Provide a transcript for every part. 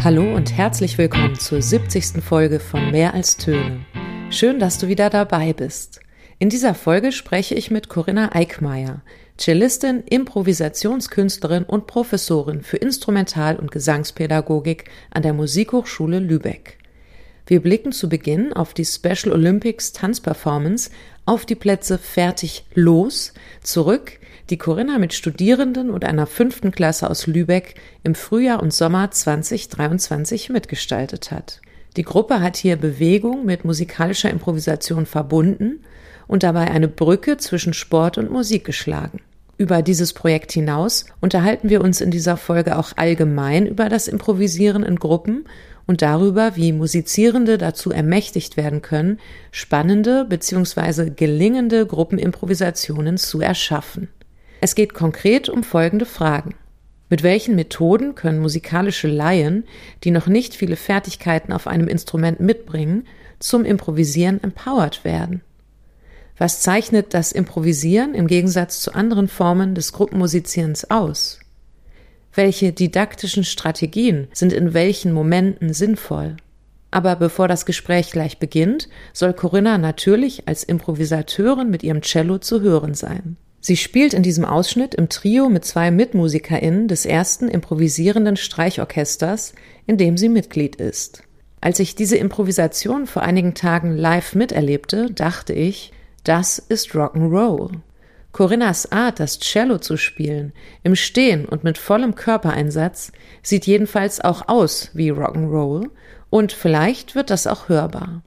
Hallo und herzlich willkommen zur 70. Folge von Mehr als Töne. Schön, dass du wieder dabei bist. In dieser Folge spreche ich mit Corinna Eickmeyer, Cellistin, Improvisationskünstlerin und Professorin für Instrumental- und Gesangspädagogik an der Musikhochschule Lübeck. Wir blicken zu Beginn auf die Special Olympics Tanzperformance auf die Plätze Fertig, Los, zurück, die Corinna mit Studierenden und einer 5. Klasse aus Lübeck im Frühjahr und Sommer 2023 mitgestaltet hat. Die Gruppe hat hier Bewegung mit musikalischer Improvisation verbunden und dabei eine Brücke zwischen Sport und Musik geschlagen. Über dieses Projekt hinaus unterhalten wir uns in dieser Folge auch allgemein über das Improvisieren in Gruppen und darüber, wie Musizierende dazu ermächtigt werden können, spannende bzw. gelingende Gruppenimprovisationen zu erschaffen. Es geht konkret um folgende Fragen. Mit welchen Methoden können musikalische Laien, die noch nicht viele Fertigkeiten auf einem Instrument mitbringen, zum Improvisieren empowered werden? Was zeichnet das Improvisieren im Gegensatz zu anderen Formen des Gruppenmusizierens aus? Welche didaktischen Strategien sind in welchen Momenten sinnvoll? Aber bevor das Gespräch gleich beginnt, soll Corinna natürlich als Improvisateurin mit ihrem Cello zu hören sein. Sie spielt in diesem Ausschnitt im Trio mit 2 MitmusikerInnen des ersten improvisierenden Streichorchesters, in dem sie Mitglied ist. Als ich diese Improvisation vor einigen Tagen live miterlebte, dachte ich, das ist Rock'n'Roll. Corinnas Art, das Cello zu spielen, im Stehen und mit vollem Körpereinsatz, sieht jedenfalls auch aus wie Rock'n'Roll und vielleicht wird das auch hörbar.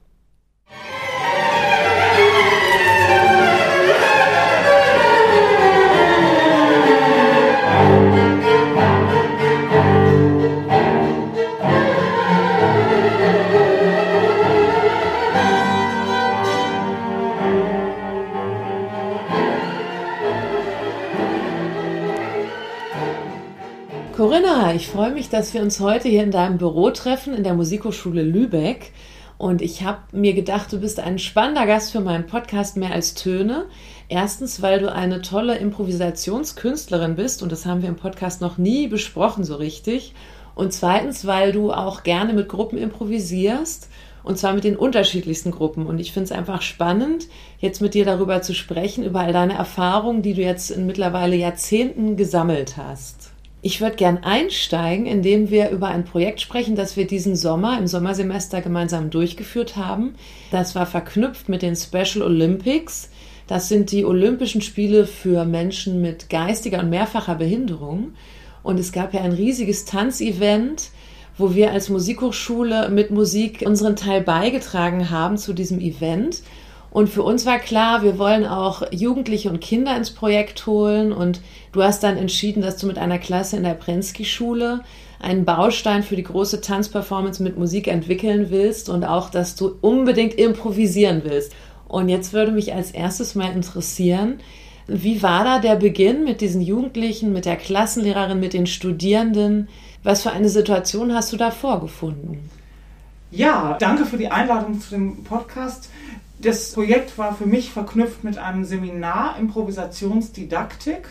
Corinna, ich freue mich, dass wir uns heute hier in deinem Büro treffen, in der Musikhochschule Lübeck. Und ich habe mir gedacht, du bist ein spannender Gast für meinen Podcast Mehr als Töne. Erstens, weil du eine tolle Improvisationskünstlerin bist und das haben wir im Podcast noch nie besprochen so richtig. Und zweitens, weil du auch gerne mit Gruppen improvisierst und zwar mit den unterschiedlichsten Gruppen. Und ich finde es einfach spannend, jetzt mit dir darüber zu sprechen, über all deine Erfahrungen, die du jetzt in mittlerweile Jahrzehnten gesammelt hast. Ich würde gern einsteigen, indem wir über ein Projekt sprechen, das wir diesen Sommer, im Sommersemester gemeinsam durchgeführt haben. Das war verknüpft mit den Special Olympics. Das sind die Olympischen Spiele für Menschen mit geistiger und mehrfacher Behinderung. Und es gab ja ein riesiges Tanzevent, wo wir als Musikhochschule mit Musik unseren Teil beigetragen haben zu diesem Event. Und für uns war klar, wir wollen auch Jugendliche und Kinder ins Projekt holen. Und du hast dann entschieden, dass du mit einer Klasse in der Prensky-Schule einen Baustein für die große Tanzperformance mit Musik entwickeln willst und auch, dass du unbedingt improvisieren willst. Und jetzt würde mich als erstes mal interessieren, wie war da der Beginn mit diesen Jugendlichen, mit der Klassenlehrerin, mit den Studierenden? Was für eine Situation hast du da vorgefunden? Ja, danke für die Einladung zu dem Podcast. Das Projekt war für mich verknüpft mit einem Seminar Improvisationsdidaktik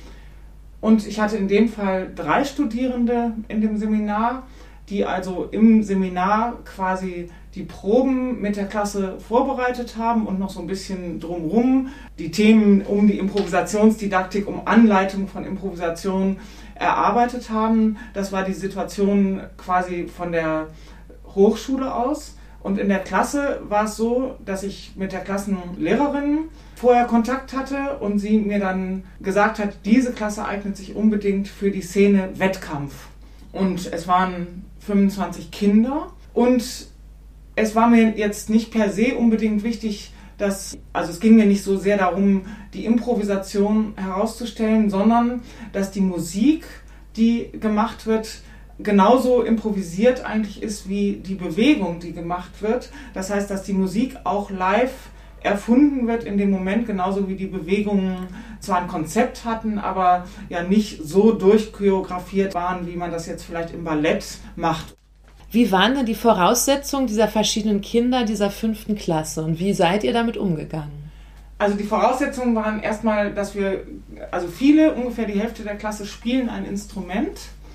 und ich hatte in dem Fall 3 Studierende in dem Seminar, die also im Seminar quasi die Proben mit der Klasse vorbereitet haben und noch so ein bisschen drumherum die Themen um die Improvisationsdidaktik, um Anleitung von Improvisation erarbeitet haben. Das war die Situation quasi von der Hochschule aus. Und in der Klasse war es so, dass ich mit der Klassenlehrerin vorher Kontakt hatte und sie mir dann gesagt hat, diese Klasse eignet sich unbedingt für die Szene Wettkampf. Und es waren 25 Kinder und es war mir jetzt nicht per se unbedingt wichtig, also es ging mir nicht so sehr darum, die Improvisation herauszustellen, sondern dass die Musik, die gemacht wird, genauso improvisiert eigentlich ist wie die Bewegung, die gemacht wird. Das heißt, dass die Musik auch live erfunden wird in dem Moment, genauso wie die Bewegungen zwar ein Konzept hatten, aber ja nicht so durchchoreografiert waren, wie man das jetzt vielleicht im Ballett macht. Wie waren denn die Voraussetzungen dieser verschiedenen Kinder dieser 5. Klasse und wie seid ihr damit umgegangen? Also die Voraussetzungen waren erstmal, dass ungefähr die Hälfte der Klasse spielen ein Instrument.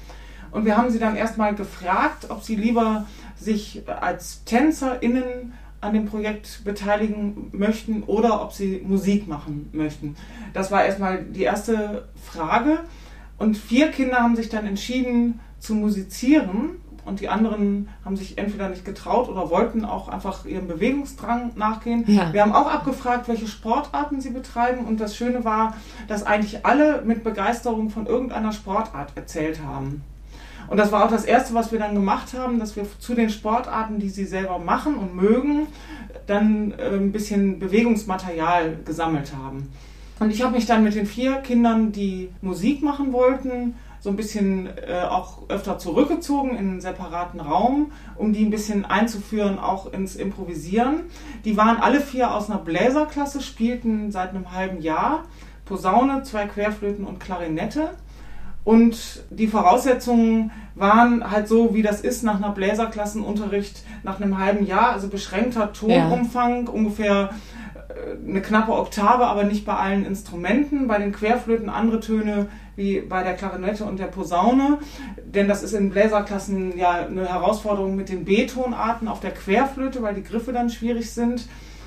Und wir haben sie dann erstmal gefragt, ob sie lieber sich als TänzerInnen an dem Projekt beteiligen möchten oder ob sie Musik machen möchten. Das war erstmal die erste Frage. Und 4 Kinder haben sich dann entschieden zu musizieren und die anderen haben sich entweder nicht getraut oder wollten auch einfach ihrem Bewegungsdrang nachgehen. Ja. Wir haben auch abgefragt, welche Sportarten sie betreiben und das Schöne war, dass eigentlich alle mit Begeisterung von irgendeiner Sportart erzählt haben. Und das war auch das Erste, was wir dann gemacht haben, dass wir zu den Sportarten, die sie selber machen und mögen, dann ein bisschen Bewegungsmaterial gesammelt haben. Und ich habe mich dann mit den 4 Kindern, die Musik machen wollten, so ein bisschen auch öfter zurückgezogen in einen separaten Raum, um die ein bisschen einzuführen, auch ins Improvisieren. Die waren alle 4 aus einer Bläserklasse, spielten seit einem halben Jahr Posaune, 2 Querflöten und Klarinette. Und die Voraussetzungen waren halt so, wie das ist nach einer Bläserklassenunterricht nach einem halben Jahr, also beschränkter Tonumfang, ungefähr eine knappe Oktave, aber nicht bei allen Instrumenten. Bei den Querflöten andere Töne wie bei der Klarinette und der Posaune, denn das ist in Bläserklassen ja eine Herausforderung mit den B-Tonarten auf der Querflöte, weil die Griffe dann schwierig sind.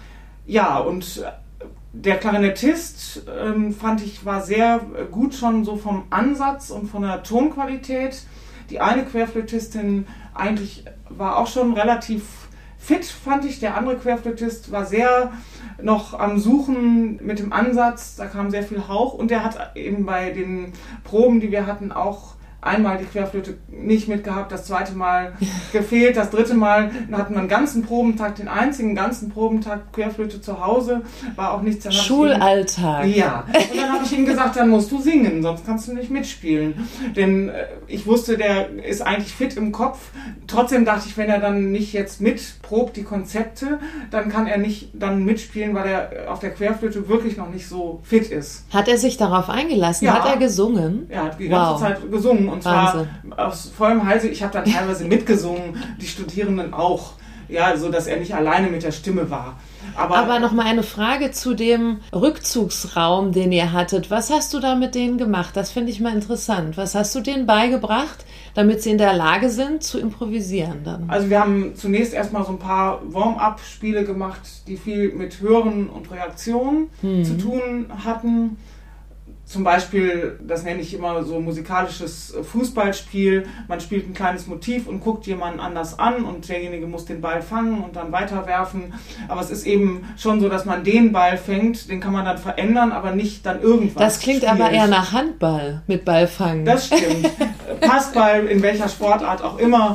Ja, und der Klarinettist, fand ich, war sehr gut schon so vom Ansatz und von der Tonqualität. Die eine Querflötistin eigentlich war auch schon relativ fit, fand ich. Der andere Querflötist war sehr noch am Suchen mit dem Ansatz. Da kam sehr viel Hauch und der hat eben bei den Proben, die wir hatten, auch einmal die Querflöte nicht mitgehabt, das zweite Mal gefehlt, das dritte Mal hatten wir einen ganzen Probentag, den einzigen ganzen Probentag Querflöte zu Hause, war auch nichts. Schulalltag. Ja, und dann habe ich ihm gesagt, dann musst du singen, sonst kannst du nicht mitspielen. Denn ich wusste, der ist eigentlich fit im Kopf. Trotzdem dachte ich, wenn er dann nicht jetzt mitprobt die Konzepte, dann kann er nicht dann mitspielen, weil er auf der Querflöte wirklich noch nicht so fit ist. Hat er sich darauf eingelassen? Ja. Hat er gesungen? Er hat die ganze Zeit gesungen. Und zwar aus vollem Halse. Ich habe dann teilweise mitgesungen, die Studierenden auch. Ja, so dass er nicht alleine mit der Stimme war. Aber nochmal eine Frage zu dem Rückzugsraum, den ihr hattet. Was hast du da mit denen gemacht? Das finde ich mal interessant. Was hast du denen beigebracht, damit sie in der Lage sind, zu improvisieren dann? Also wir haben zunächst erstmal so ein paar Warm-up-Spiele gemacht, die viel mit Hören und Reaktionen zu tun hatten. Zum Beispiel, das nenne ich immer so musikalisches Fußballspiel. Man spielt ein kleines Motiv und guckt jemanden anders an und derjenige muss den Ball fangen und dann weiterwerfen. Aber es ist eben schon so, dass man den Ball fängt, den kann man dann verändern, aber nicht dann irgendwas. Das klingt aber eher nach Handball mit Ballfangen. Das stimmt. Passball, in welcher Sportart auch immer.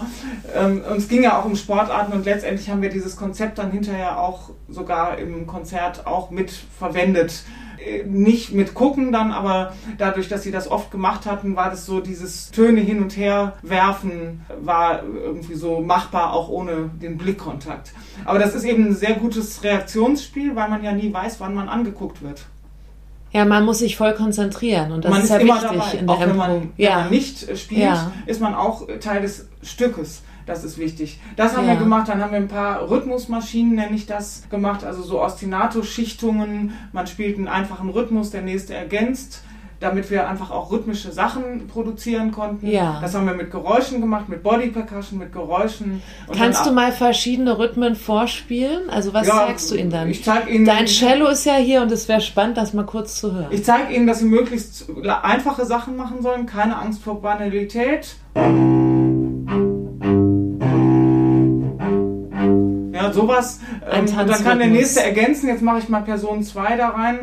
Uns ging ja auch um Sportarten und letztendlich haben wir dieses Konzept dann hinterher auch sogar im Konzert auch mit verwendet. Nicht mit gucken dann, aber dadurch, dass sie das oft gemacht hatten, war das so, dieses Töne hin und her werfen war irgendwie so machbar, auch ohne den Blickkontakt. Aber das ist eben ein sehr gutes Reaktionsspiel, weil man ja nie weiß, wann man angeguckt wird. Ja, man muss sich voll konzentrieren und das man ist ja immer wichtig dabei. In der auch wenn man nicht spielt, ist man auch Teil des Stückes. Das ist wichtig. Das haben wir gemacht. Dann haben wir ein paar Rhythmusmaschinen, nenne ich das, gemacht. Also so Ostinato-Schichtungen. Man spielt einen einfachen Rhythmus, der nächste ergänzt, damit wir einfach auch rhythmische Sachen produzieren konnten. Ja. Das haben wir mit Geräuschen gemacht, mit Body Percussion, mit Geräuschen. Und kannst du mal verschiedene Rhythmen vorspielen? Also was zeigst du ihnen dann? Ich zeig Ihnen, dein Cello ist ja hier und es wäre spannend, das mal kurz zu hören. Ich zeige Ihnen, dass Sie möglichst einfache Sachen machen sollen. Keine Angst vor Banalität. Ja, sowas. Und dann kann der nächste ergänzen. Jetzt mache ich mal Person 2 da rein.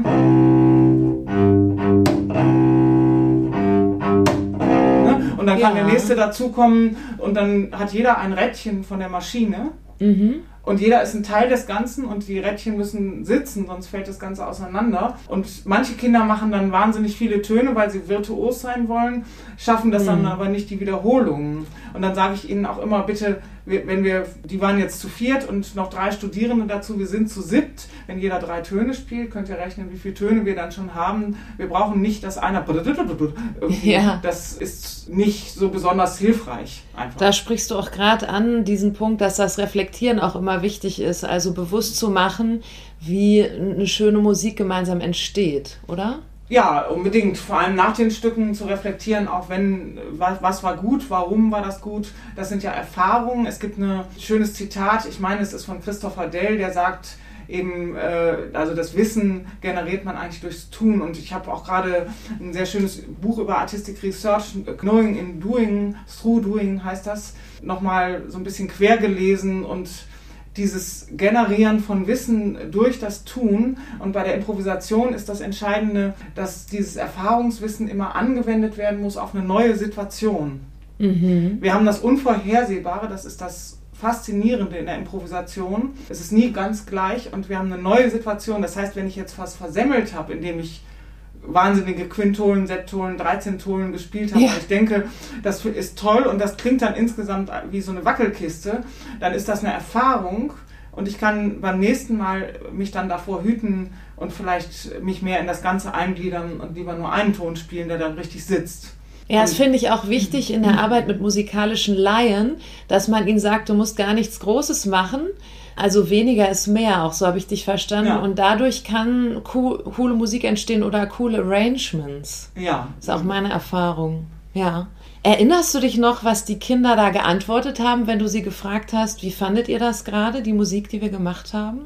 Und dann kann der nächste dazukommen und dann hat jeder ein Rädchen von der Maschine. Und jeder ist ein Teil des Ganzen und die Rädchen müssen sitzen, sonst fällt das Ganze auseinander. Und manche Kinder machen dann wahnsinnig viele Töne, weil sie virtuos sein wollen, schaffen das dann aber nicht die Wiederholungen. Und dann sage ich ihnen auch immer, bitte, die waren jetzt zu 4 und noch 3 Studierende dazu, wir sind zu 7. Wenn jeder 3 Töne spielt, könnt ihr rechnen, wie viele Töne wir dann schon haben. Wir brauchen nicht, dass einer das ist nicht so besonders hilfreich. Einfach. Da sprichst du auch gerade an, diesen Punkt, dass das Reflektieren auch immer wichtig ist, also bewusst zu machen, wie eine schöne Musik gemeinsam entsteht, oder? Ja, unbedingt. Vor allem nach den Stücken zu reflektieren, auch wenn, was war gut, warum war das gut. Das sind ja Erfahrungen. Es gibt ein schönes Zitat, ich meine, es ist von Christopher Dell, der sagt eben, also das Wissen generiert man eigentlich durchs Tun. Und ich habe auch gerade ein sehr schönes Buch über Artistic Research, Knowing in Doing, Through Doing heißt das, nochmal so ein bisschen quer gelesen und dieses Generieren von Wissen durch das Tun. Und bei der Improvisation ist das Entscheidende, dass dieses Erfahrungswissen immer angewendet werden muss auf eine neue Situation. Mhm. Wir haben das Unvorhersehbare, das ist das Faszinierende in der Improvisation. Es ist nie ganz gleich und wir haben eine neue Situation. Das heißt, wenn ich jetzt was versemmelt habe, indem ich wahnsinnige Quintolen, Septolen, 13-Tolen gespielt habe. Ja. Und ich denke, das ist toll und das klingt dann insgesamt wie so eine Wackelkiste. Dann ist das eine Erfahrung und ich kann beim nächsten Mal mich dann davor hüten und vielleicht mich mehr in das Ganze eingliedern und lieber nur einen Ton spielen, der dann richtig sitzt. Ja, das finde ich auch wichtig in der Arbeit mit musikalischen Laien, dass man ihnen sagt, du musst gar nichts Großes machen. Also weniger ist mehr, auch so habe ich dich verstanden. Ja. Und dadurch kann coole Musik entstehen oder coole Arrangements. Ja. Das ist auch meine Erfahrung. Ja. Erinnerst du dich noch, was die Kinder da geantwortet haben, wenn du sie gefragt hast, wie fandet ihr das gerade, die Musik, die wir gemacht haben?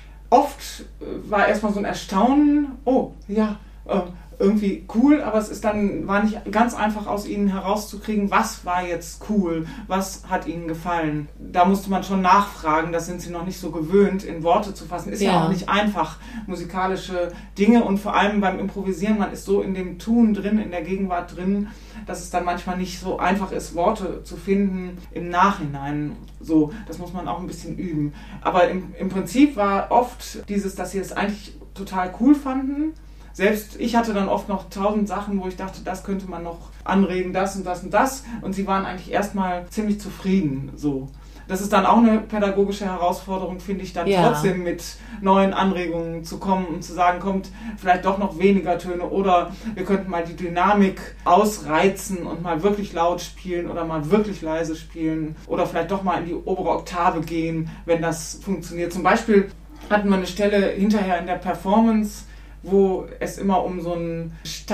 Oft war erstmal so ein Erstaunen, oh, ja, irgendwie cool, aber es ist dann, war nicht ganz einfach aus ihnen herauszukriegen, was war jetzt cool, was hat ihnen gefallen. Da musste man schon nachfragen, das sind sie noch nicht so gewöhnt, in Worte zu fassen. Ist ja auch nicht einfach, musikalische Dinge und vor allem beim Improvisieren, man ist so in dem Tun drin, in der Gegenwart drin, dass es dann manchmal nicht so einfach ist, Worte zu finden im Nachhinein. So, das muss man auch ein bisschen üben. Aber im Prinzip war oft dieses, dass sie es eigentlich total cool fanden. Selbst ich hatte dann oft noch 1000 Sachen, wo ich dachte, das könnte man noch anregen, das und das und das. Und sie waren eigentlich erstmal ziemlich zufrieden. So. Das ist dann auch eine pädagogische Herausforderung, finde ich, dann trotzdem mit neuen Anregungen zu kommen und zu sagen, kommt vielleicht doch noch weniger Töne oder wir könnten mal die Dynamik ausreizen und mal wirklich laut spielen oder mal wirklich leise spielen oder vielleicht doch mal in die obere Oktave gehen, wenn das funktioniert. Zum Beispiel hatten wir eine Stelle hinterher in der Performance, wo es immer um so ein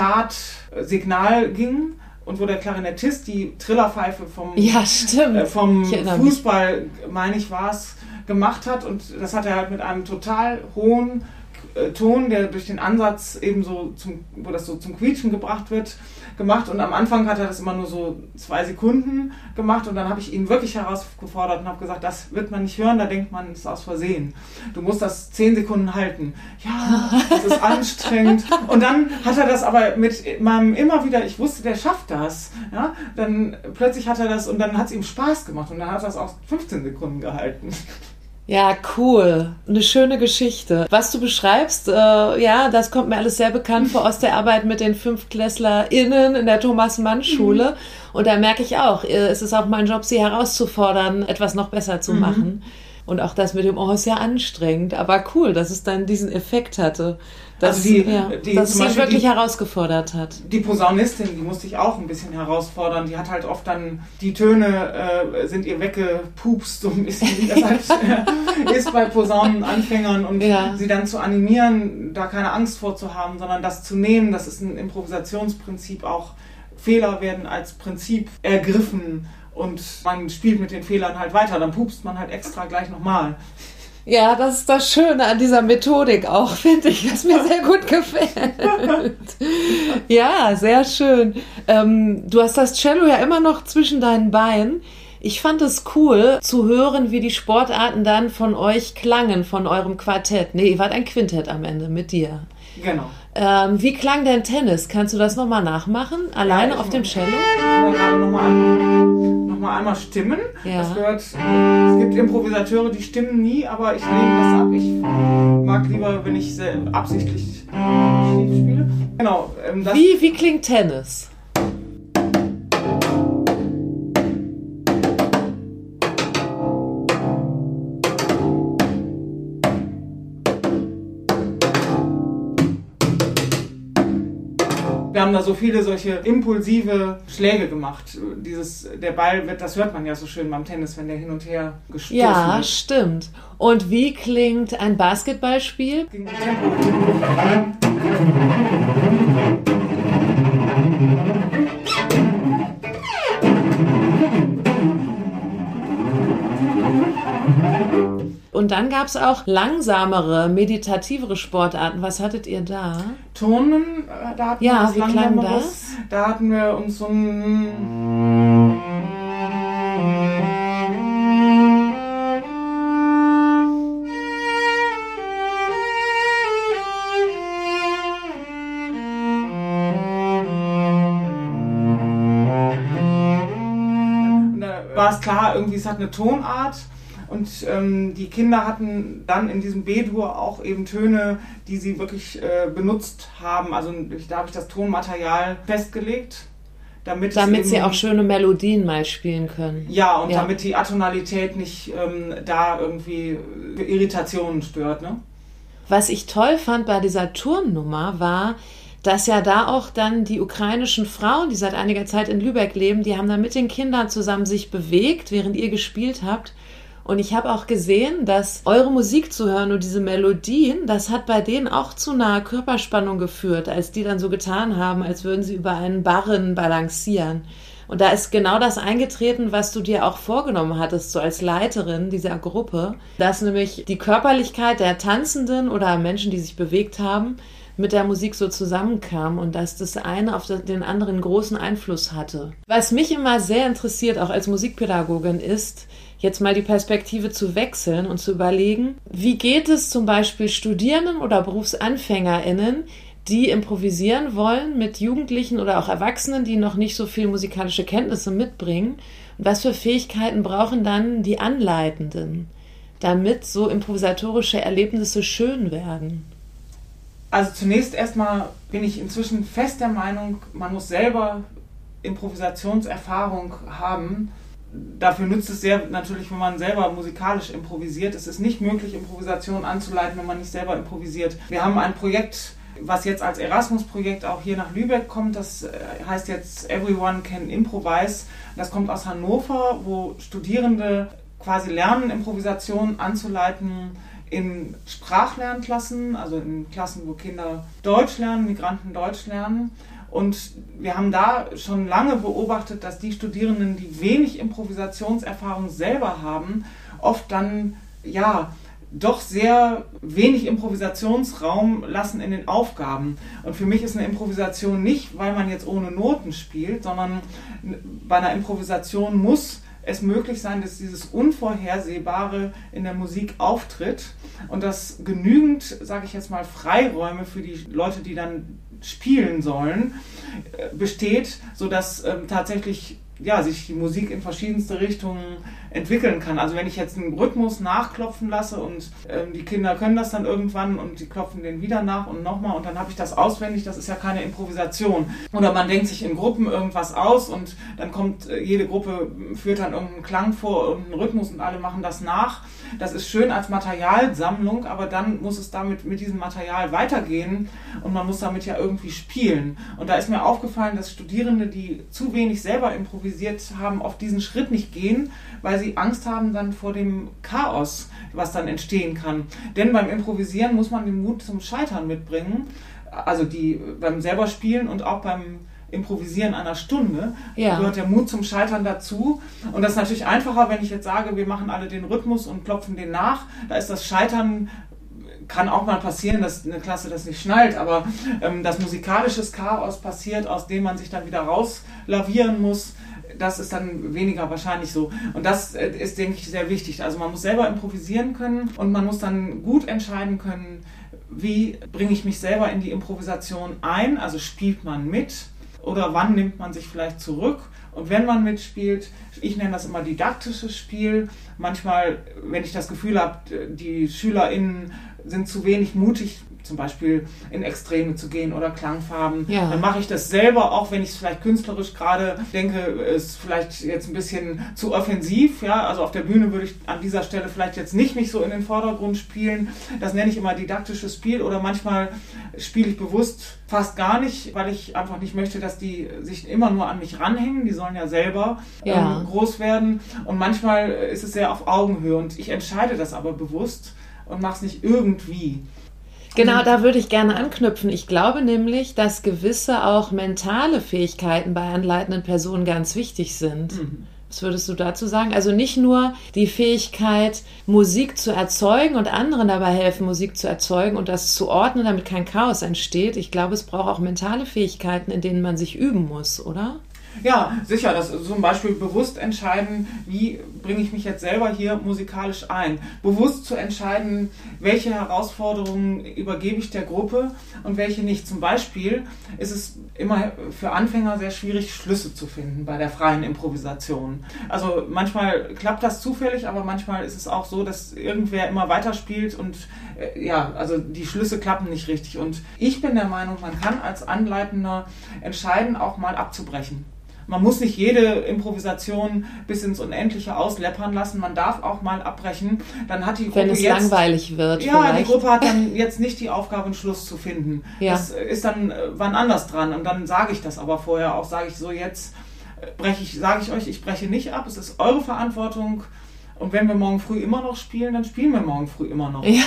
Startsignal ging und wo der Klarinettist die Trillerpfeife vom Fußball, meine ich war es, gemacht hat und das hat er halt mit einem total hohen Ton, der durch den Ansatz eben so, wo das so zum Quietschen gebracht wird, gemacht und am Anfang hat er das immer nur so 2 Sekunden gemacht und dann habe ich ihn wirklich herausgefordert und habe gesagt, das wird man nicht hören, da denkt man, es ist aus Versehen. Du musst das 10 Sekunden halten. Ja, das ist anstrengend. Und dann hat er das aber mit meinem immer wieder, ich wusste, der schafft das. Ja, dann plötzlich hat er das und dann hat es ihm Spaß gemacht und dann hat er es auch 15 Sekunden gehalten. Ja, cool. Eine schöne Geschichte. Was du beschreibst, das kommt mir alles sehr bekannt vor aus der Arbeit mit den 5-KlässlerInnen in der Thomas-Mann-Schule. Mhm. Und da merke ich auch, es ist auch mein Job, sie herauszufordern, etwas noch besser zu machen. Und auch das mit dem ist ja anstrengend. Aber cool, dass es dann diesen Effekt hatte. Dass es sie wirklich herausgefordert hat. Die Posaunistin, die musste ich auch ein bisschen herausfordern. Die hat halt oft dann, die Töne sind ihr weggepupst, so ein bisschen, wie das halt ist bei Posaunenanfängern. Und sie dann zu animieren, da keine Angst vor zu haben, sondern das zu nehmen, das ist ein Improvisationsprinzip auch. Fehler werden als Prinzip ergriffen und man spielt mit den Fehlern halt weiter. Dann pupst man halt extra gleich nochmal. Ja, das ist das Schöne an dieser Methodik auch, finde ich, was mir sehr gut gefällt. Ja, sehr schön. Du hast das Cello ja immer noch zwischen deinen Beinen. Ich fand es cool zu hören, wie die Sportarten dann von euch klangen, von eurem Quartett. Nee, ihr wart ein Quintett am Ende mit dir. Genau. Wie klang denn Tennis? Kannst du das nochmal nachmachen? Alleine auf dem Cello? Nochmal einmal stimmen. Ja. Das gehört, es gibt Improvisateure, die stimmen nie, aber ich lehne das ab. Ich mag lieber, wenn ich absichtlich schief spiele. Genau. Wie klingt Tennis? Wir haben da so viele solche impulsive Schläge gemacht. Der Ball das hört man ja so schön beim Tennis, wenn der hin und her gestoßen wird. Ja, stimmt. Und wie klingt ein Basketballspiel? Gegen Tempo. dann gab es auch langsamere, meditativere Sportarten. Was hattet ihr da? Turnen, da hatten wir was Langsameres. Da hatten wir uns so ein... war es klar, irgendwie es hat eine Tonart und die Kinder hatten dann in diesem B-Dur auch eben Töne, die sie wirklich benutzt haben. Also da habe ich das Tonmaterial festgelegt, damit sie auch schöne Melodien mal spielen können. Ja, und damit die Atonalität nicht da irgendwie Irritationen stört. Ne? Was ich toll fand bei dieser Turnnummer war, dass ja da auch dann die ukrainischen Frauen, die seit einiger Zeit in Lübeck leben, die haben dann mit den Kindern zusammen sich bewegt, während ihr gespielt habt. Und ich habe auch gesehen, dass eure Musik zu hören und diese Melodien, das hat bei denen auch zu einer Körperspannung geführt, als die dann so getan haben, als würden sie über einen Barren balancieren. Und da ist genau das eingetreten, was du dir auch vorgenommen hattest, so als Leiterin dieser Gruppe, dass nämlich die Körperlichkeit der Tanzenden oder Menschen, die sich bewegt haben, mit der Musik so zusammenkam und dass das eine auf den anderen großen Einfluss hatte. Was mich immer sehr interessiert, auch als Musikpädagogin, ist, jetzt mal die Perspektive zu wechseln und zu überlegen, wie geht es zum Beispiel Studierenden oder BerufsanfängerInnen, die improvisieren wollen mit Jugendlichen oder auch Erwachsenen, die noch nicht so viel musikalische Kenntnisse mitbringen. Und was für Fähigkeiten brauchen dann die Anleitenden, damit so improvisatorische Erlebnisse schön werden? Also zunächst erstmal bin ich inzwischen fest der Meinung, man muss selber Improvisationserfahrung haben. Dafür nützt es sehr natürlich, wenn man selber musikalisch improvisiert. Es ist nicht möglich, Improvisation anzuleiten, wenn man nicht selber improvisiert. Wir haben ein Projekt, was jetzt als Erasmus-Projekt auch hier nach Lübeck kommt. Das heißt jetzt Everyone Can Improvise. Das kommt aus Hannover, wo Studierende quasi lernen, Improvisation anzuleiten in Sprachlernklassen, also in Klassen, wo Kinder Deutsch lernen, Migranten Deutsch lernen. Und wir haben da schon lange beobachtet, dass die Studierenden, die wenig Improvisationserfahrung selber haben, oft dann doch sehr wenig Improvisationsraum lassen in den Aufgaben. Und für mich ist eine Improvisation nicht, weil man jetzt ohne Noten spielt, sondern bei einer Improvisation muss es möglich sein, dass dieses Unvorhersehbare in der Musik auftritt und dass genügend, sage ich jetzt mal, Freiräume für die Leute, die dann spielen sollen, besteht, sodass tatsächlich sich die Musik in verschiedenste Richtungen entwickeln kann. Also wenn ich jetzt einen Rhythmus nachklopfen lasse und die Kinder können das dann irgendwann und die klopfen den wieder nach und nochmal und dann habe ich das auswendig, das ist ja keine Improvisation. Oder man denkt sich in Gruppen irgendwas aus und dann kommt jede Gruppe, führt dann irgendeinen Klang vor, irgendeinen Rhythmus und alle machen das nach. Das ist schön als Materialsammlung, aber dann muss es damit mit diesem Material weitergehen und man muss damit ja irgendwie spielen. Und da ist mir aufgefallen, dass Studierende, die zu wenig selber improvisiert haben, auf diesen Schritt nicht gehen, weil sie Angst haben dann vor dem Chaos, was dann entstehen kann. Denn beim Improvisieren muss man den Mut zum Scheitern mitbringen, also beim selber Spielen und auch beim Improvisieren einer Stunde gehört der Mut zum Scheitern dazu. Und das ist natürlich einfacher, wenn ich jetzt sage, wir machen alle den Rhythmus und klopfen den nach. Da ist das Scheitern, kann auch mal passieren, dass eine Klasse das nicht schnallt, aber das musikalische Chaos passiert, aus dem man sich dann wieder rauslavieren muss. Das ist dann weniger wahrscheinlich so. Und das ist, denke ich, sehr wichtig. Also man muss selber improvisieren können und man muss dann gut entscheiden können, wie bringe ich mich selber in die Improvisation ein, also spielt man mit oder wann nimmt man sich vielleicht zurück. Und wenn man mitspielt, ich nenne das immer didaktisches Spiel. Manchmal, wenn ich das Gefühl habe, die SchülerInnen sind zu wenig mutig, zum Beispiel in Extreme zu gehen oder Klangfarben, dann mache ich das selber, auch wenn ich es vielleicht künstlerisch gerade denke, ist vielleicht jetzt ein bisschen zu offensiv. Ja? Also auf der Bühne würde ich an dieser Stelle vielleicht jetzt nicht mich so in den Vordergrund spielen. Das nenne ich immer didaktisches Spiel oder manchmal spiele ich bewusst fast gar nicht, weil ich einfach nicht möchte, dass die sich immer nur an mich ranhängen. Die sollen ja selber groß werden. Und manchmal ist es sehr auf Augenhöhe und ich entscheide das aber bewusst und mache es nicht irgendwie. Genau, da würde ich gerne anknüpfen. Ich glaube nämlich, dass gewisse auch mentale Fähigkeiten bei anleitenden Personen ganz wichtig sind. Was würdest du dazu sagen? Also nicht nur die Fähigkeit, Musik zu erzeugen und anderen dabei helfen, Musik zu erzeugen und das zu ordnen, damit kein Chaos entsteht. Ich glaube, es braucht auch mentale Fähigkeiten, in denen man sich üben muss, oder? Ja, sicher, das zum Beispiel bewusst entscheiden, wie bringe ich mich jetzt selber hier musikalisch ein. Bewusst zu entscheiden, welche Herausforderungen übergebe ich der Gruppe und welche nicht. Zum Beispiel ist es immer für Anfänger sehr schwierig, Schlüsse zu finden bei der freien Improvisation. Also manchmal klappt das zufällig, aber manchmal ist es auch so, dass irgendwer immer weiterspielt und also die Schlüsse klappen nicht richtig. Und ich bin der Meinung, man kann als Anleitender entscheiden, auch mal abzubrechen. Man muss nicht jede Improvisation bis ins Unendliche ausläppern lassen. Man darf auch mal abbrechen. Dann hat die Gruppe wenn es langweilig wird. Ja, vielleicht. Die Gruppe hat dann jetzt nicht die Aufgabe, einen Schluss zu finden. Ja. Das ist dann wann anders dran. Und dann sage ich das aber vorher auch. Sage ich so, jetzt sage ich euch, ich breche nicht ab. Es ist eure Verantwortung. Und wenn wir morgen früh immer noch spielen, dann spielen wir morgen früh immer noch. Ja.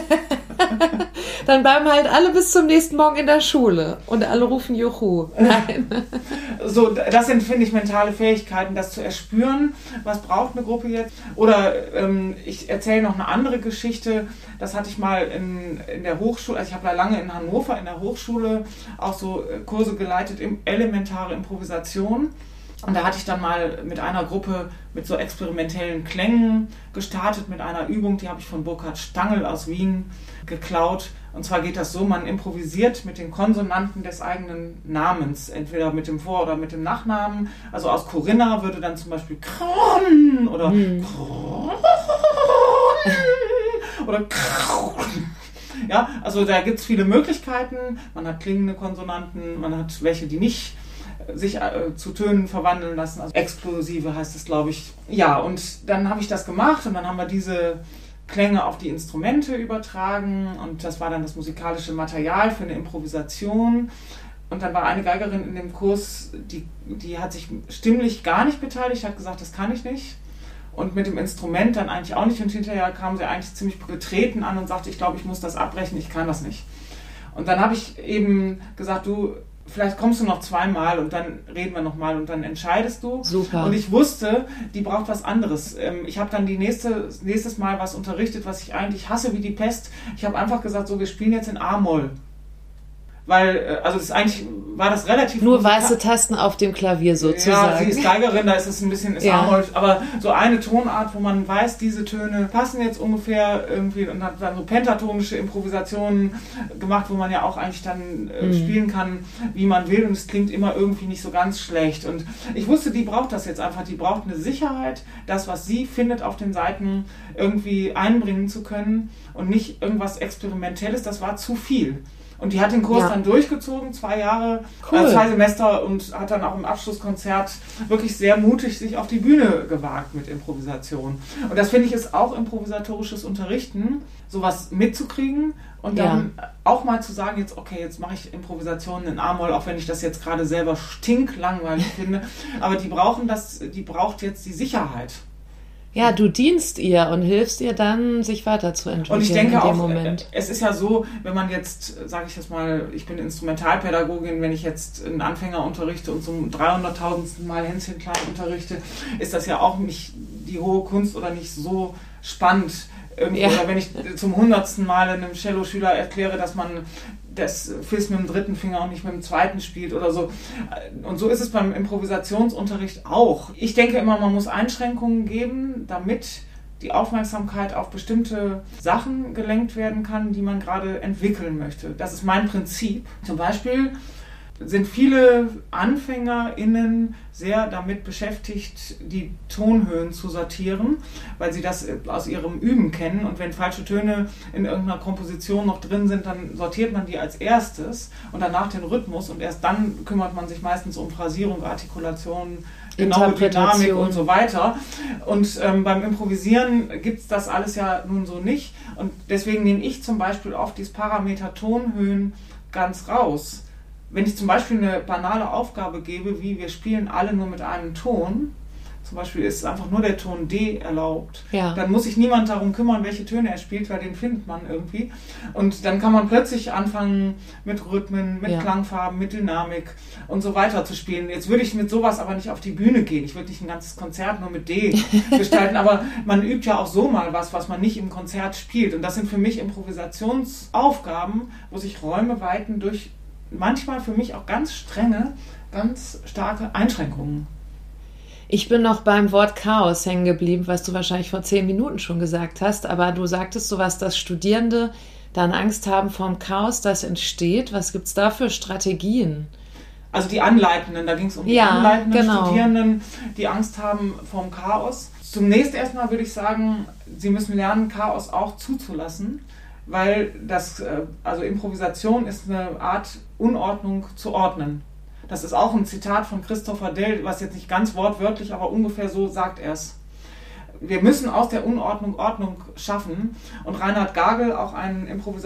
Dann bleiben halt alle bis zum nächsten Morgen in der Schule und alle rufen Juhu. Nein. So, das sind, finde ich, mentale Fähigkeiten, das zu erspüren, was braucht eine Gruppe jetzt. Oder ich erzähle noch eine andere Geschichte, das hatte ich mal in der Hochschule, also ich habe ja lange in Hannover in der Hochschule auch so Kurse geleitet, elementare Improvisation. Und da hatte ich dann mal mit einer Gruppe mit so experimentellen Klängen gestartet, mit einer Übung, die habe ich von Burkhard Stangl aus Wien geklaut. Und zwar geht das so, man improvisiert mit den Konsonanten des eigenen Namens, entweder mit dem Vor- oder mit dem Nachnamen. Also aus Corinna würde dann zum Beispiel Kron oder Kron oder Kron. Ja, also da gibt es viele Möglichkeiten. Man hat klingende Konsonanten, man hat welche, die nicht sich zu Tönen verwandeln lassen, also explosive heißt es, glaube ich. Ja, und dann habe ich das gemacht und dann haben wir diese Klänge auf die Instrumente übertragen und das war dann das musikalische Material für eine Improvisation. Und dann war eine Geigerin in dem Kurs, die hat sich stimmlich gar nicht beteiligt, hat gesagt, das kann ich nicht. Und mit dem Instrument dann eigentlich auch nicht. Und hinterher kam sie eigentlich ziemlich betreten an und sagte, ich glaube, ich muss das abbrechen, ich kann das nicht. Und dann habe ich eben gesagt, du, vielleicht kommst du noch zweimal und dann reden wir nochmal und dann entscheidest du. Super. Und ich wusste, die braucht was anderes. Ich habe dann nächstes Mal was unterrichtet, was ich eigentlich hasse wie die Pest. Ich habe einfach gesagt, so, wir spielen jetzt in A-Moll. Weil, also war das relativ... Nur weiße Tasten auf dem Klavier sozusagen. Ja, sie ist Geigerin, da ist es ein bisschen A-Moll, aber so eine Tonart, wo man weiß, diese Töne passen jetzt ungefähr irgendwie und hat dann so pentatonische Improvisationen gemacht, wo man ja auch eigentlich dann spielen kann, wie man will und es klingt immer irgendwie nicht so ganz schlecht. Und ich wusste, die braucht das jetzt einfach, die braucht eine Sicherheit, das, was sie findet auf den Seiten, irgendwie einbringen zu können und nicht irgendwas Experimentelles, das war zu viel. Und die hat den Kurs dann durchgezogen, 2 Jahre, cool. 2 Semester und hat dann auch im Abschlusskonzert wirklich sehr mutig sich auf die Bühne gewagt mit Improvisation. Und das finde ich ist auch improvisatorisches Unterrichten, sowas mitzukriegen und dann auch mal zu sagen, jetzt okay, jetzt mache ich Improvisationen in A-Moll, auch wenn ich das jetzt gerade selber stinklangweilig finde, aber die braucht jetzt die Sicherheit. Ja, du dienst ihr und hilfst ihr dann, sich weiterzuentwickeln. Und ich denke in dem auch, Moment. Es ist ja so, wenn man jetzt, sage ich jetzt mal, ich bin Instrumentalpädagogin, wenn ich jetzt einen Anfänger unterrichte und zum 300.000. Mal Hänschen klein unterrichte, ist das ja auch nicht die hohe Kunst oder nicht so spannend. Oder wenn ich zum 100. Mal einem Cello-Schüler erkläre, dass man das Fis mit dem 3. Finger und nicht mit dem 2. spielt oder so. Und so ist es beim Improvisationsunterricht auch. Ich denke immer, man muss Einschränkungen geben, damit die Aufmerksamkeit auf bestimmte Sachen gelenkt werden kann, die man gerade entwickeln möchte. Das ist mein Prinzip. Zum Beispiel sind viele AnfängerInnen sehr damit beschäftigt, die Tonhöhen zu sortieren, weil sie das aus ihrem Üben kennen. Und wenn falsche Töne in irgendeiner Komposition noch drin sind, dann sortiert man die als erstes und danach den Rhythmus. Und erst dann kümmert man sich meistens um Phrasierung, Artikulation, genaue Dynamik und so weiter. Und beim Improvisieren gibt es das alles ja nun so nicht. Und deswegen nehme ich zum Beispiel oft dieses Parameter Tonhöhen ganz raus. Wenn ich zum Beispiel eine banale Aufgabe gebe, wie wir spielen alle nur mit einem Ton, zum Beispiel ist einfach nur der Ton D erlaubt. Ja. Dann muss sich niemand darum kümmern, welche Töne er spielt, weil den findet man irgendwie. Und dann kann man plötzlich anfangen mit Rhythmen, mit Klangfarben, mit Dynamik und so weiter zu spielen. Jetzt würde ich mit sowas aber nicht auf die Bühne gehen. Ich würde nicht ein ganzes Konzert nur mit D gestalten, aber man übt ja auch so mal was man nicht im Konzert spielt. Und das sind für mich Improvisationsaufgaben, wo sich Räume weiten durch manchmal für mich auch ganz strenge, ganz starke Einschränkungen. Ich bin noch beim Wort Chaos hängen geblieben, was du wahrscheinlich vor 10 Minuten schon gesagt hast, aber du sagtest sowas, dass Studierende dann Angst haben vor dem Chaos, das entsteht. Was gibt es da für Strategien? Also die Anleitenden, da ging es um die anleitenden Studierenden, die Angst haben vor dem Chaos. Zunächst erstmal würde ich sagen, sie müssen lernen, Chaos auch zuzulassen, weil also Improvisation ist eine Art, Unordnung zu ordnen. Das ist auch ein Zitat von Christopher Dell, was jetzt nicht ganz wortwörtlich, aber ungefähr so sagt er es. Wir müssen aus der Unordnung Ordnung schaffen. Und Reinhard Gagel, auch ein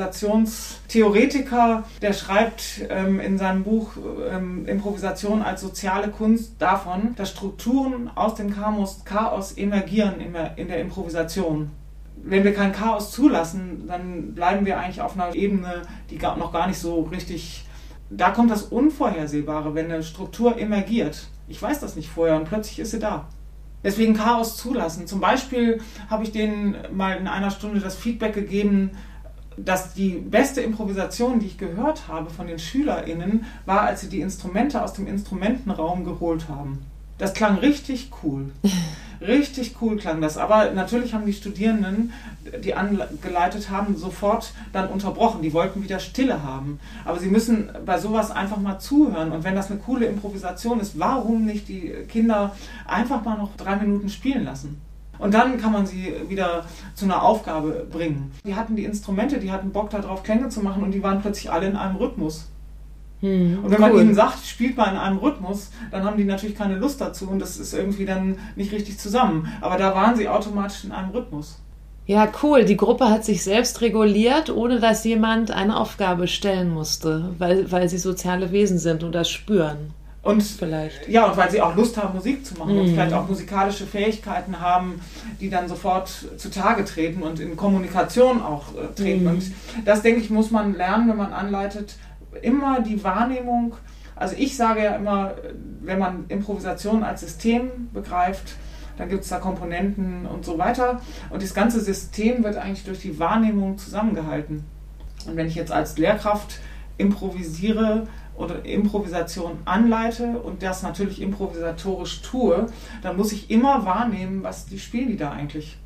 Improvisationstheoretiker, der schreibt in seinem Buch Improvisation als soziale Kunst davon, dass Strukturen aus dem Chaos emergieren in der Improvisation. Wenn wir kein Chaos zulassen, dann bleiben wir eigentlich auf einer Ebene, die noch gar nicht so richtig... Da kommt das Unvorhersehbare, wenn eine Struktur emergiert. Ich weiß das nicht vorher und plötzlich ist sie da. Deswegen Chaos zulassen. Zum Beispiel habe ich denen mal in einer Stunde das Feedback gegeben, dass die beste Improvisation, die ich gehört habe von den SchülerInnen, war, als sie die Instrumente aus dem Instrumentenraum geholt haben. Das klang richtig cool. Richtig cool klang das. Aber natürlich haben die Studierenden, die angeleitet haben, sofort dann unterbrochen. Die wollten wieder Stille haben. Aber sie müssen bei sowas einfach mal zuhören. Und wenn das eine coole Improvisation ist, warum nicht die Kinder einfach mal noch 3 Minuten spielen lassen? Und dann kann man sie wieder zu einer Aufgabe bringen. Die hatten die Instrumente, die hatten Bock darauf, Klänge zu machen und die waren plötzlich alle in einem Rhythmus. Und wenn man ihnen sagt, spielt mal in einem Rhythmus, dann haben die natürlich keine Lust dazu und das ist irgendwie dann nicht richtig zusammen. Aber da waren sie automatisch in einem Rhythmus. Ja, cool. Die Gruppe hat sich selbst reguliert, ohne dass jemand eine Aufgabe stellen musste, weil sie soziale Wesen sind und das spüren. Und vielleicht. Ja, und weil sie auch Lust haben, Musik zu machen und vielleicht auch musikalische Fähigkeiten haben, die dann sofort zutage treten und in Kommunikation auch treten. Und das, denke ich, muss man lernen, wenn man anleitet, immer die Wahrnehmung, also ich sage ja immer, wenn man Improvisation als System begreift, dann gibt es da Komponenten und so weiter und das ganze System wird eigentlich durch die Wahrnehmung zusammengehalten. Und wenn ich jetzt als Lehrkraft improvisiere oder Improvisation anleite und das natürlich improvisatorisch tue, dann muss ich immer wahrnehmen, was spielen die da eigentlich.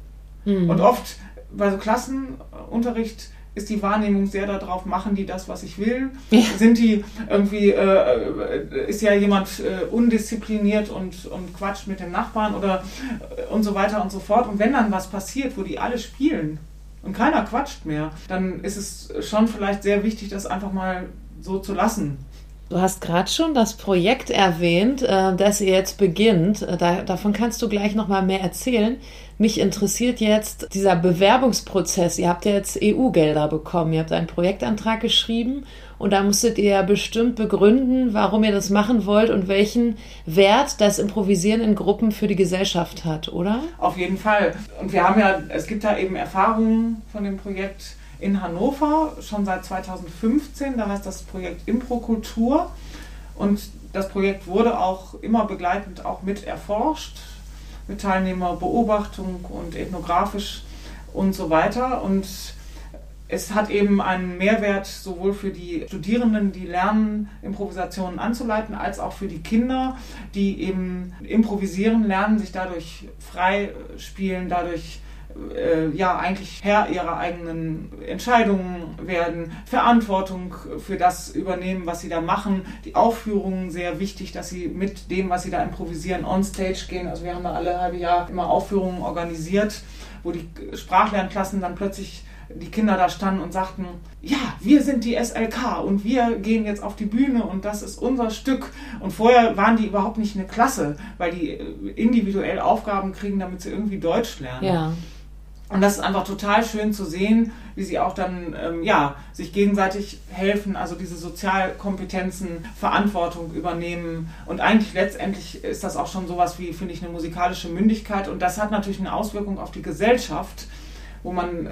Und oft bei so Klassenunterricht ist die Wahrnehmung sehr darauf, machen die das, was ich will? Ja. Sind die irgendwie, ist ja jemand undiszipliniert und quatscht mit dem Nachbarn oder und so weiter und so fort. Und wenn dann was passiert, wo die alle spielen und keiner quatscht mehr, dann ist es schon vielleicht sehr wichtig, das einfach mal so zu lassen. Du hast gerade schon das Projekt erwähnt, das ihr jetzt beginnt. Davon kannst du gleich noch mal mehr erzählen. Mich interessiert jetzt dieser Bewerbungsprozess. Ihr habt ja jetzt EU-Gelder bekommen. Ihr habt einen Projektantrag geschrieben und da musstet ihr ja bestimmt begründen, warum ihr das machen wollt und welchen Wert das Improvisieren in Gruppen für die Gesellschaft hat, oder? Auf jeden Fall. Und es gibt da eben Erfahrungen von dem Projekt in Hannover, schon seit 2015, da heißt das Projekt Improkultur und das Projekt wurde auch immer begleitend auch mit erforscht, mit Teilnehmerbeobachtung und ethnografisch und so weiter und es hat eben einen Mehrwert sowohl für die Studierenden, die lernen, Improvisationen anzuleiten, als auch für die Kinder, die eben improvisieren lernen, sich dadurch frei spielen, dadurch eigentlich Herr ihrer eigenen Entscheidungen werden, Verantwortung für das übernehmen, was sie da machen. Die Aufführungen sehr wichtig, dass sie mit dem, was sie da improvisieren, on stage gehen. Also wir haben da alle halbe Jahr immer Aufführungen organisiert, wo die Sprachlernklassen dann plötzlich die Kinder da standen und sagten, ja, wir sind die SLK und wir gehen jetzt auf die Bühne und das ist unser Stück. Und vorher waren die überhaupt nicht eine Klasse, weil die individuell Aufgaben kriegen, damit sie irgendwie Deutsch lernen. Ja. Und das ist einfach total schön zu sehen, wie sie auch dann sich gegenseitig helfen, also diese Sozialkompetenzen, Verantwortung übernehmen. Und eigentlich letztendlich ist das auch schon sowas wie, finde ich, eine musikalische Mündigkeit. Und das hat natürlich eine Auswirkung auf die Gesellschaft, wo man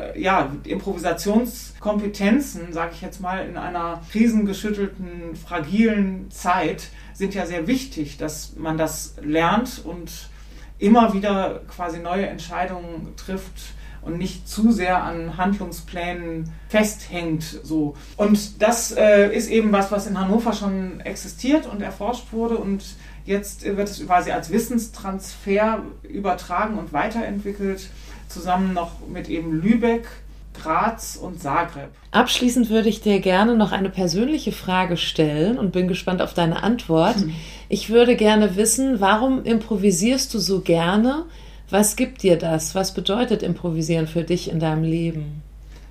Improvisationskompetenzen, sage ich jetzt mal, in einer krisengeschüttelten, fragilen Zeit sind ja sehr wichtig, dass man das lernt und immer wieder quasi neue Entscheidungen trifft und nicht zu sehr an Handlungsplänen festhängt. So. Und das ist eben was in Hannover schon existiert und erforscht wurde und jetzt wird es quasi als Wissenstransfer übertragen und weiterentwickelt, zusammen noch mit eben Lübeck, Graz und Zagreb. Abschließend würde ich dir gerne noch eine persönliche Frage stellen und bin gespannt auf deine Antwort. Ich würde gerne wissen, warum improvisierst du so gerne? Was gibt dir das? Was bedeutet Improvisieren für dich in deinem Leben?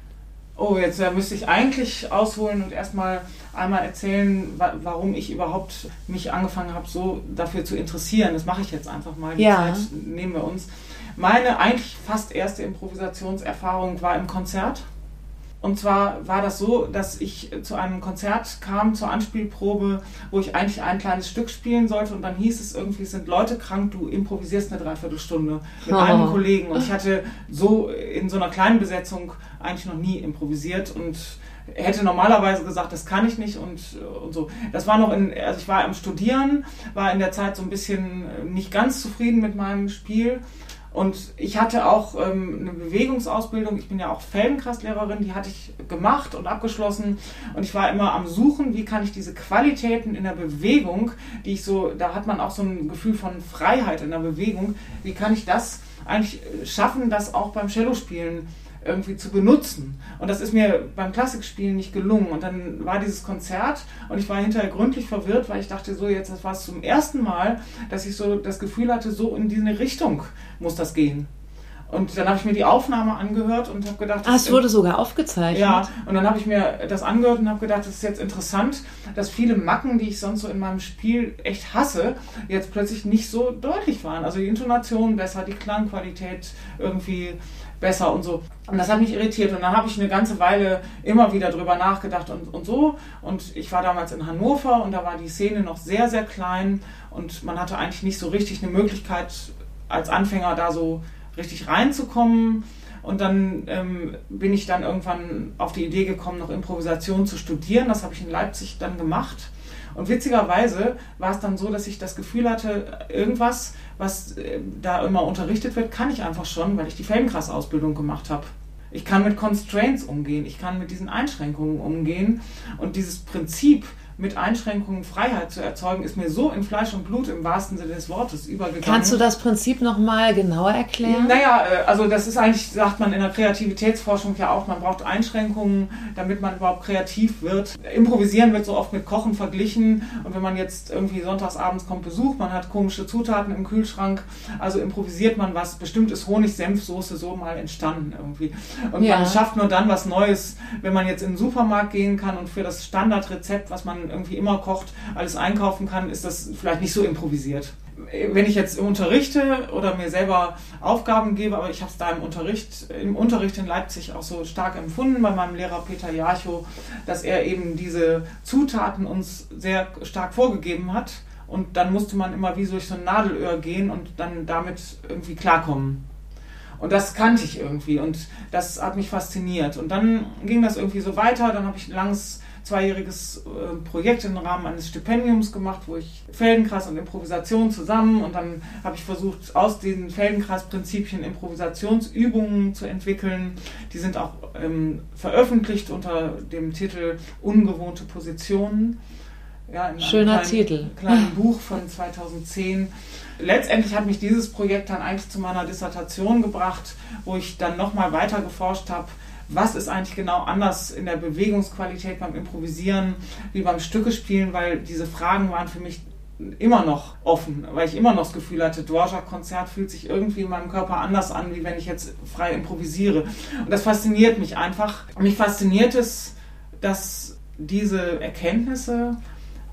Oh, jetzt müsste ich eigentlich ausholen und erstmal einmal erzählen, warum ich überhaupt mich angefangen habe, so dafür zu interessieren. Das mache ich jetzt einfach mal. Die Zeit nehmen wir uns. Meine eigentlich fast erste Improvisationserfahrung war im Konzert. Und zwar war das so, dass ich zu einem Konzert kam, zur Anspielprobe, wo ich eigentlich ein kleines Stück spielen sollte. Und dann hieß es irgendwie, es sind Leute krank, du improvisierst eine Dreiviertelstunde mit einem Kollegen. Und ich hatte so in so einer kleinen Besetzung eigentlich noch nie improvisiert und hätte normalerweise gesagt, das kann ich nicht und so. Das war noch also ich war am Studieren, war in der Zeit so ein bisschen nicht ganz zufrieden mit meinem Spiel. Und ich hatte auch eine Bewegungsausbildung, ich bin ja auch Feldenkreislehrerin, die hatte ich gemacht und abgeschlossen. Und ich war immer am Suchen, wie kann ich diese Qualitäten in der Bewegung, die ich so, da hat man auch so ein Gefühl von Freiheit in der Bewegung, wie kann ich das eigentlich schaffen, das auch beim Cellospielen irgendwie zu benutzen. Und das ist mir beim Klassikspielen nicht gelungen. Und dann war dieses Konzert und ich war hinterher gründlich verwirrt, weil ich dachte, so jetzt, das war es zum ersten Mal, dass ich so das Gefühl hatte, so in diese Richtung muss das gehen. Und dann habe ich mir die Aufnahme angehört und habe gedacht... es wurde sogar aufgezeichnet? Ja, und dann habe ich mir das angehört und habe gedacht, das ist jetzt interessant, dass viele Macken, die ich sonst so in meinem Spiel echt hasse, jetzt plötzlich nicht so deutlich waren. Also die Intonation besser, die Klangqualität irgendwie besser und so. Und das hat mich irritiert. Und dann habe ich eine ganze Weile immer wieder drüber nachgedacht und so. Und ich war damals in Hannover und da war die Szene noch sehr, sehr klein und man hatte eigentlich nicht so richtig eine Möglichkeit, als Anfänger da so richtig reinzukommen. Und dann bin ich dann irgendwann auf die Idee gekommen, noch Improvisation zu studieren. Das habe ich in Leipzig dann gemacht. Und witzigerweise war es dann so, dass ich das Gefühl hatte, irgendwas, was da immer unterrichtet wird, kann ich einfach schon, weil ich die Feldenkreisausbildung gemacht habe. Ich kann mit Constraints umgehen, ich kann mit diesen Einschränkungen umgehen. Und dieses Prinzip, mit Einschränkungen Freiheit zu erzeugen, ist mir so in Fleisch und Blut im wahrsten Sinne des Wortes übergegangen. Kannst du das Prinzip nochmal genauer erklären? Naja, also das ist eigentlich, sagt man in der Kreativitätsforschung ja auch, man braucht Einschränkungen, damit man überhaupt kreativ wird. Improvisieren wird so oft mit Kochen verglichen und wenn man jetzt irgendwie sonntagsabends kommt Besuch, man hat komische Zutaten im Kühlschrank, also improvisiert man was, bestimmt ist Honig-Senf-Soße so mal entstanden irgendwie. Und man schafft nur dann was Neues, wenn man jetzt in den Supermarkt gehen kann und für das Standardrezept, was man irgendwie immer kocht, alles einkaufen kann, ist das vielleicht nicht so improvisiert. Wenn ich jetzt unterrichte oder mir selber Aufgaben gebe, aber ich habe es da im Unterricht in Leipzig auch so stark empfunden bei meinem Lehrer Peter Jarchow, dass er eben diese Zutaten uns sehr stark vorgegeben hat und dann musste man immer wie durch so ein Nadelöhr gehen und dann damit irgendwie klarkommen. Und das kannte ich irgendwie und das hat mich fasziniert. Und dann ging das irgendwie so weiter, dann habe ich ein langes 2-jähriges Projekt im Rahmen eines Stipendiums gemacht, wo ich Feldenkreis und Improvisation zusammen und dann habe ich versucht, aus diesen Feldenkreisprinzipien Improvisationsübungen zu entwickeln. Die sind auch veröffentlicht unter dem Titel Ungewohnte Positionen. Ja, in Schöner einem kleinen Buch von 2010. Letztendlich hat mich dieses Projekt dann eigentlich zu meiner Dissertation gebracht, wo ich dann nochmal weiter geforscht habe, was ist eigentlich genau anders in der Bewegungsqualität beim Improvisieren wie beim Stückespielen, weil diese Fragen waren für mich immer noch offen, weil ich immer noch das Gefühl hatte, Dvorak-Konzert fühlt sich irgendwie in meinem Körper anders an, wie wenn ich jetzt frei improvisiere. Und das fasziniert mich einfach. Mich fasziniert es, dass diese Erkenntnisse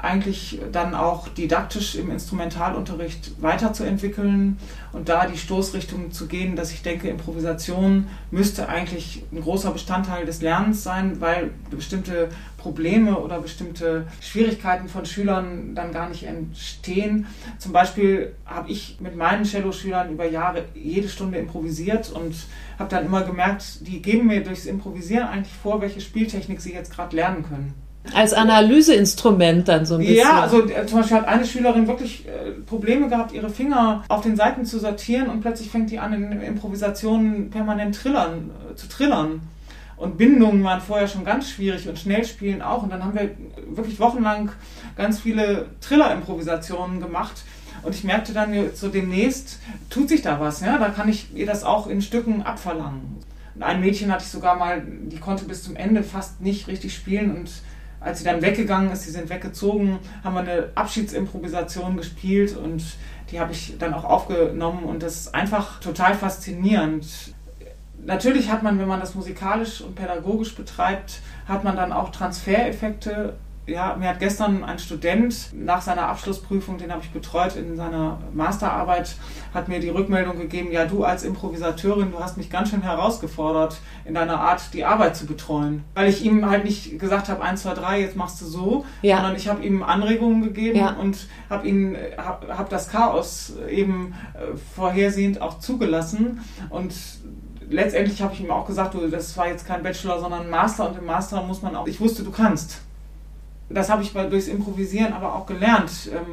eigentlich dann auch didaktisch im Instrumentalunterricht weiterzuentwickeln und da die Stoßrichtung zu gehen, dass ich denke, Improvisation müsste eigentlich ein großer Bestandteil des Lernens sein, weil bestimmte Probleme oder bestimmte Schwierigkeiten von Schülern dann gar nicht entstehen. Zum Beispiel habe ich mit meinen Cello-Schülern über Jahre jede Stunde improvisiert und habe dann immer gemerkt, die geben mir durchs Improvisieren eigentlich vor, welche Spieltechnik sie jetzt gerade lernen können. Als Analyseinstrument dann so ein bisschen. Ja, also zum Beispiel hat eine Schülerin wirklich Probleme gehabt, ihre Finger auf den Saiten zu sortieren und plötzlich fängt die an, in Improvisationen permanent zu trillern. Und Bindungen waren vorher schon ganz schwierig und Schnellspielen auch. Und dann haben wir wirklich wochenlang ganz viele Triller-Improvisationen gemacht. Und ich merkte dann, so demnächst tut sich da was. Ja? Da kann ich ihr das auch in Stücken abverlangen. Und ein Mädchen hatte ich sogar mal, die konnte bis zum Ende fast nicht richtig spielen. Und als sie dann weggegangen ist, sie sind weggezogen, haben wir eine Abschiedsimprovisation gespielt. Und die habe ich dann auch aufgenommen. Und das ist einfach total faszinierend. Natürlich hat man, wenn man das musikalisch und pädagogisch betreibt, hat man dann auch Transfereffekte. Ja, mir hat gestern ein Student nach seiner Abschlussprüfung, den habe ich betreut in seiner Masterarbeit, hat mir die Rückmeldung gegeben, ja, du als Improvisateurin, du hast mich ganz schön herausgefordert, in deiner Art die Arbeit zu betreuen. Weil ich ihm halt nicht gesagt habe, 1, 2, 3, jetzt machst du so, sondern ich habe ihm Anregungen gegeben und habe das Chaos eben vorhersehend auch zugelassen. Und letztendlich habe ich ihm auch gesagt, du, das war jetzt kein Bachelor, sondern ein Master, und im Master muss man auch, ich wusste, du kannst. Das habe ich durchs Improvisieren aber auch gelernt,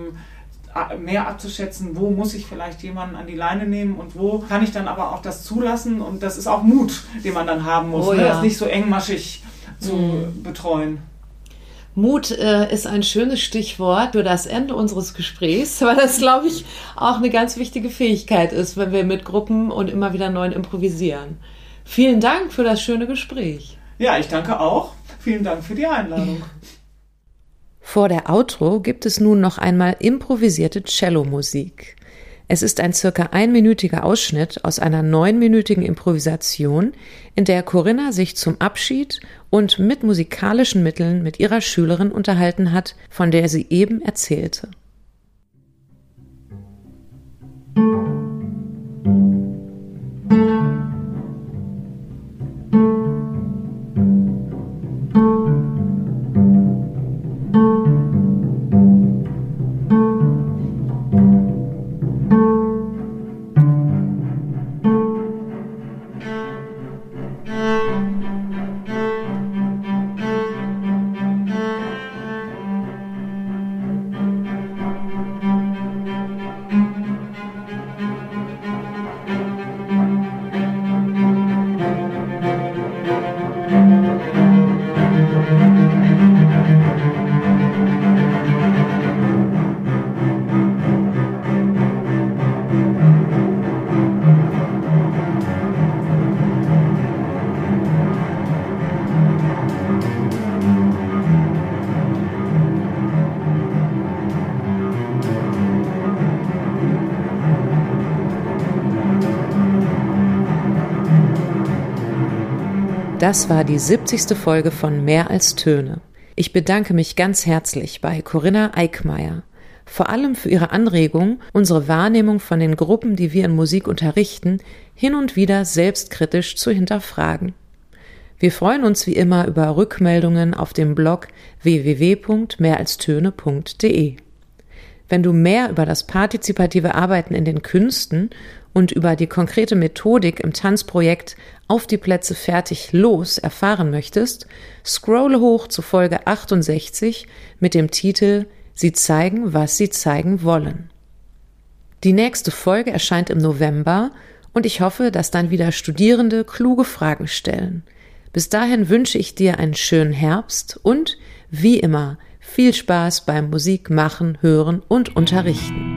mehr abzuschätzen, wo muss ich vielleicht jemanden an die Leine nehmen und wo kann ich dann aber auch das zulassen, und das ist auch Mut, den man dann haben muss, das nicht so engmaschig zu betreuen. Mut ist ein schönes Stichwort für das Ende unseres Gesprächs, weil das, glaube ich, auch eine ganz wichtige Fähigkeit ist, wenn wir mit Gruppen und immer wieder neu improvisieren. Vielen Dank für das schöne Gespräch. Ja, ich danke auch. Vielen Dank für die Einladung. Vor der Outro gibt es nun noch einmal improvisierte Cello-Musik. Es ist ein circa 1-minütiger Ausschnitt aus einer 9-minütigen Improvisation, in der Corinna sich zum Abschied und mit musikalischen Mitteln mit ihrer Schülerin unterhalten hat, von der sie eben erzählte. Das war die 70. Folge von Mehr als Töne. Ich bedanke mich ganz herzlich bei Corinna Eickmeyer, vor allem für ihre Anregung, unsere Wahrnehmung von den Gruppen, die wir in Musik unterrichten, hin und wieder selbstkritisch zu hinterfragen. Wir freuen uns wie immer über Rückmeldungen auf dem Blog www.mehralstöne.de. Wenn du mehr über das partizipative Arbeiten in den Künsten und über die konkrete Methodik im Tanzprojekt Auf die Plätze fertig los erfahren möchtest, scrolle hoch zu Folge 68 mit dem Titel Sie zeigen, was sie zeigen wollen. Die nächste Folge erscheint im November und ich hoffe, dass dann wieder Studierende kluge Fragen stellen. Bis dahin wünsche ich dir einen schönen Herbst und, wie immer, viel Spaß beim Musik machen, hören und unterrichten.